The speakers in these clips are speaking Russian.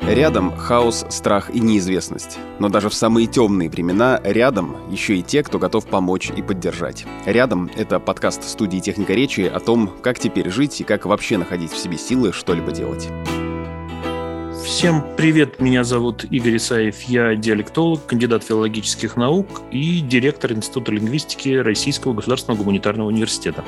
Рядом хаос, страх и неизвестность. Но даже в самые темные времена рядом еще и те, кто готов помочь и поддержать. «Рядом» — это подкаст студии «Техника речи» о том, как теперь жить и как вообще находить в себе силы что-либо делать. Всем привет, меня зовут Игорь Исаев, я диалектолог, кандидат филологических наук и директор Института лингвистики Российского государственного гуманитарного университета.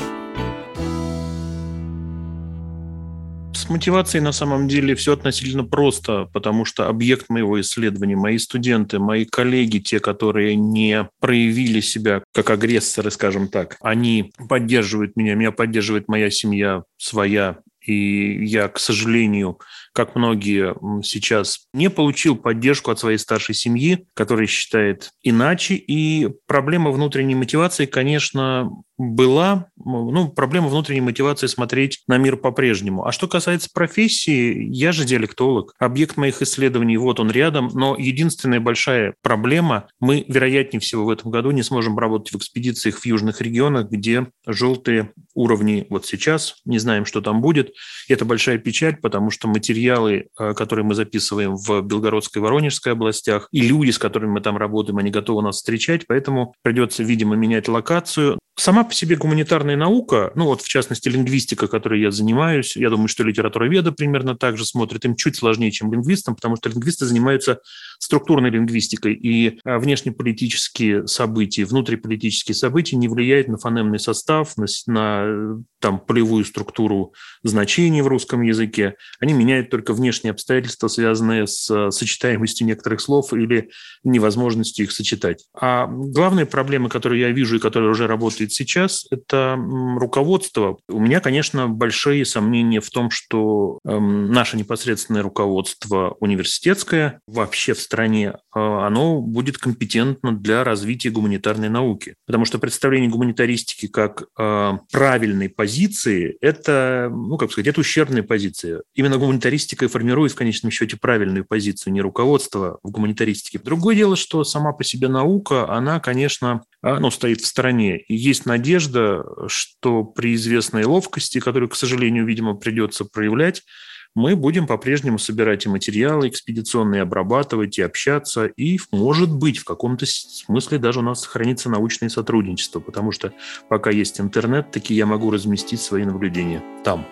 С мотивацией на самом деле все относительно просто, потому что объект моего исследования, мои студенты, мои коллеги, те, которые не проявили себя как агрессоры, скажем так, они поддерживают меня поддерживает моя семья, своя. И я, к сожалению, как многие сейчас, не получил поддержку от своей старшей семьи, которая считает иначе. И проблема внутренней мотивации, конечно, была. Проблема внутренней мотивации смотреть на мир по-прежнему. А что касается профессии, я же диалектолог. Объект моих исследований, вот он рядом. Но единственная большая проблема, мы, вероятнее всего, в этом году не сможем работать в экспедициях в южных регионах, где желтые уровни вот сейчас. Не знаем, что там будет. И это большая печаль, потому что материалы, которые мы записываем в Белгородской и Воронежской областях, и люди, с которыми мы там работаем, они готовы нас встречать, поэтому придется, видимо, менять локацию. Сама по себе гуманитарная наука, в частности, лингвистика, которой я занимаюсь, я думаю, что литературоведы примерно так же смотрят, им чуть сложнее, чем лингвистам, потому что лингвисты занимаются структурной лингвистикой, и внешнеполитические события, внутриполитические события не влияют на фонемный состав, на полевую структуру значений в русском языке. Они меняют только внешние обстоятельства, связанные с сочетаемостью некоторых слов или невозможностью их сочетать. А главная проблема, которую я вижу и которая уже работает сейчас, это руководство. У меня, конечно, большие сомнения в том, что наше непосредственное руководство университетское вообще в стране, оно будет компетентно для развития гуманитарной науки. Потому что представление гуманитаристики как правильной позиции – это, это ущербная позиция. Именно гуманитаристика и формирует в конечном счете правильную позицию, не руководство в гуманитаристике. Другое дело, что сама по себе наука, она, конечно, стоит в стороне. И есть надежда, что при известной ловкости, которую, к сожалению, видимо, придется проявлять, мы будем по-прежнему собирать и материалы экспедиционные, обрабатывать и общаться, и, может быть, в каком-то смысле даже у нас сохранится научное сотрудничество, потому что пока есть интернет, таки я могу разместить свои наблюдения там.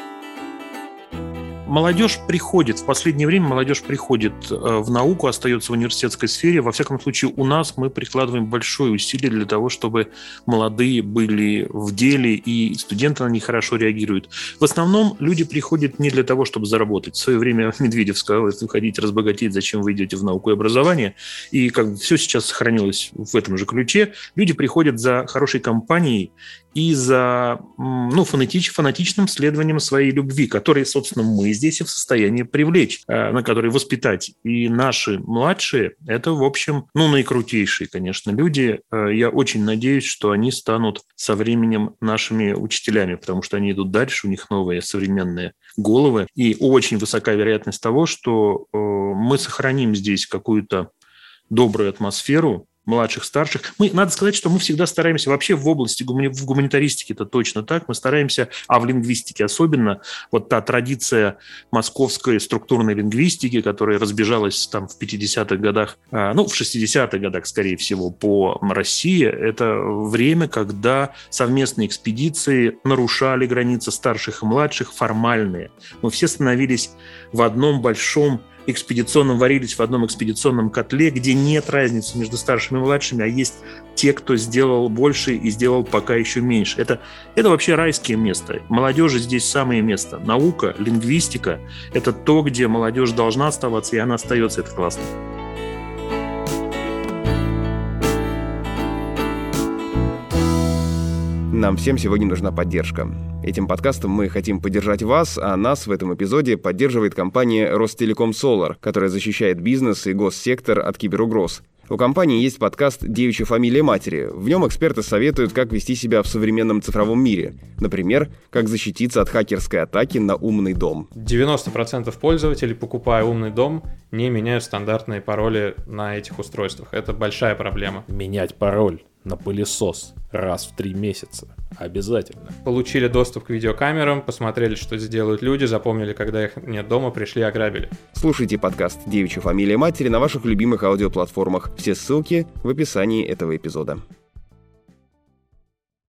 Молодежь приходит, в последнее время молодежь приходит в науку, остается в университетской сфере. Во всяком случае, у нас мы прикладываем большое усилие для того, чтобы молодые были в деле, и студенты на них хорошо реагируют. В основном люди приходят не для того, чтобы заработать. В свое время Медведев сказал, если вы хотите разбогатеть, зачем вы идете в науку и образование? И все сейчас сохранилось в этом же ключе. Люди приходят за хорошей компанией и за фанатичным следованием своей любви, которые, собственно, мы здесь и в состоянии привлечь, на которые воспитать. И наши младшие – это, в общем, наикрутейшие, конечно, люди. Я очень надеюсь, что они станут со временем нашими учителями, потому что они идут дальше, у них новые современные головы. И очень высока вероятность того, что мы сохраним здесь какую-то добрую атмосферу, младших, старших. Надо сказать, что мы всегда стараемся, вообще в области, в гуманитаристике это точно так, мы стараемся, а в лингвистике особенно, вот та традиция московской структурной лингвистики, которая разбежалась там в 50-х годах, в 60-х годах, скорее всего, по России, это время, когда совместные экспедиции нарушали границы старших и младших, формальные. Мы все становились в одном большом варились в одном экспедиционном котле, где нет разницы между старшими и младшими, а есть те, кто сделал больше и сделал пока еще меньше. Это вообще райское место. Молодежи здесь самое место. Наука, лингвистика – это то, где молодежь должна оставаться, и она остается. Это классно. Нам всем сегодня нужна поддержка. Этим подкастом мы хотим поддержать вас, а нас в этом эпизоде поддерживает компания Ростелеком Solar, которая защищает бизнес и госсектор от киберугроз. У компании есть подкаст «Девичья фамилия матери». В нем эксперты советуют, как вести себя в современном цифровом мире. Например, как защититься от хакерской атаки на умный дом. 90% пользователей, покупая умный дом, не меняют стандартные пароли на этих устройствах. Это большая проблема. Менять пароль на пылесос раз в 3 месяца. Обязательно. Получили доступ к видеокамерам, посмотрели, что сделают люди, запомнили, когда их нет дома, пришли, ограбили. Слушайте подкаст «Девичья фамилия матери» на ваших любимых аудиоплатформах. Все ссылки в описании этого эпизода.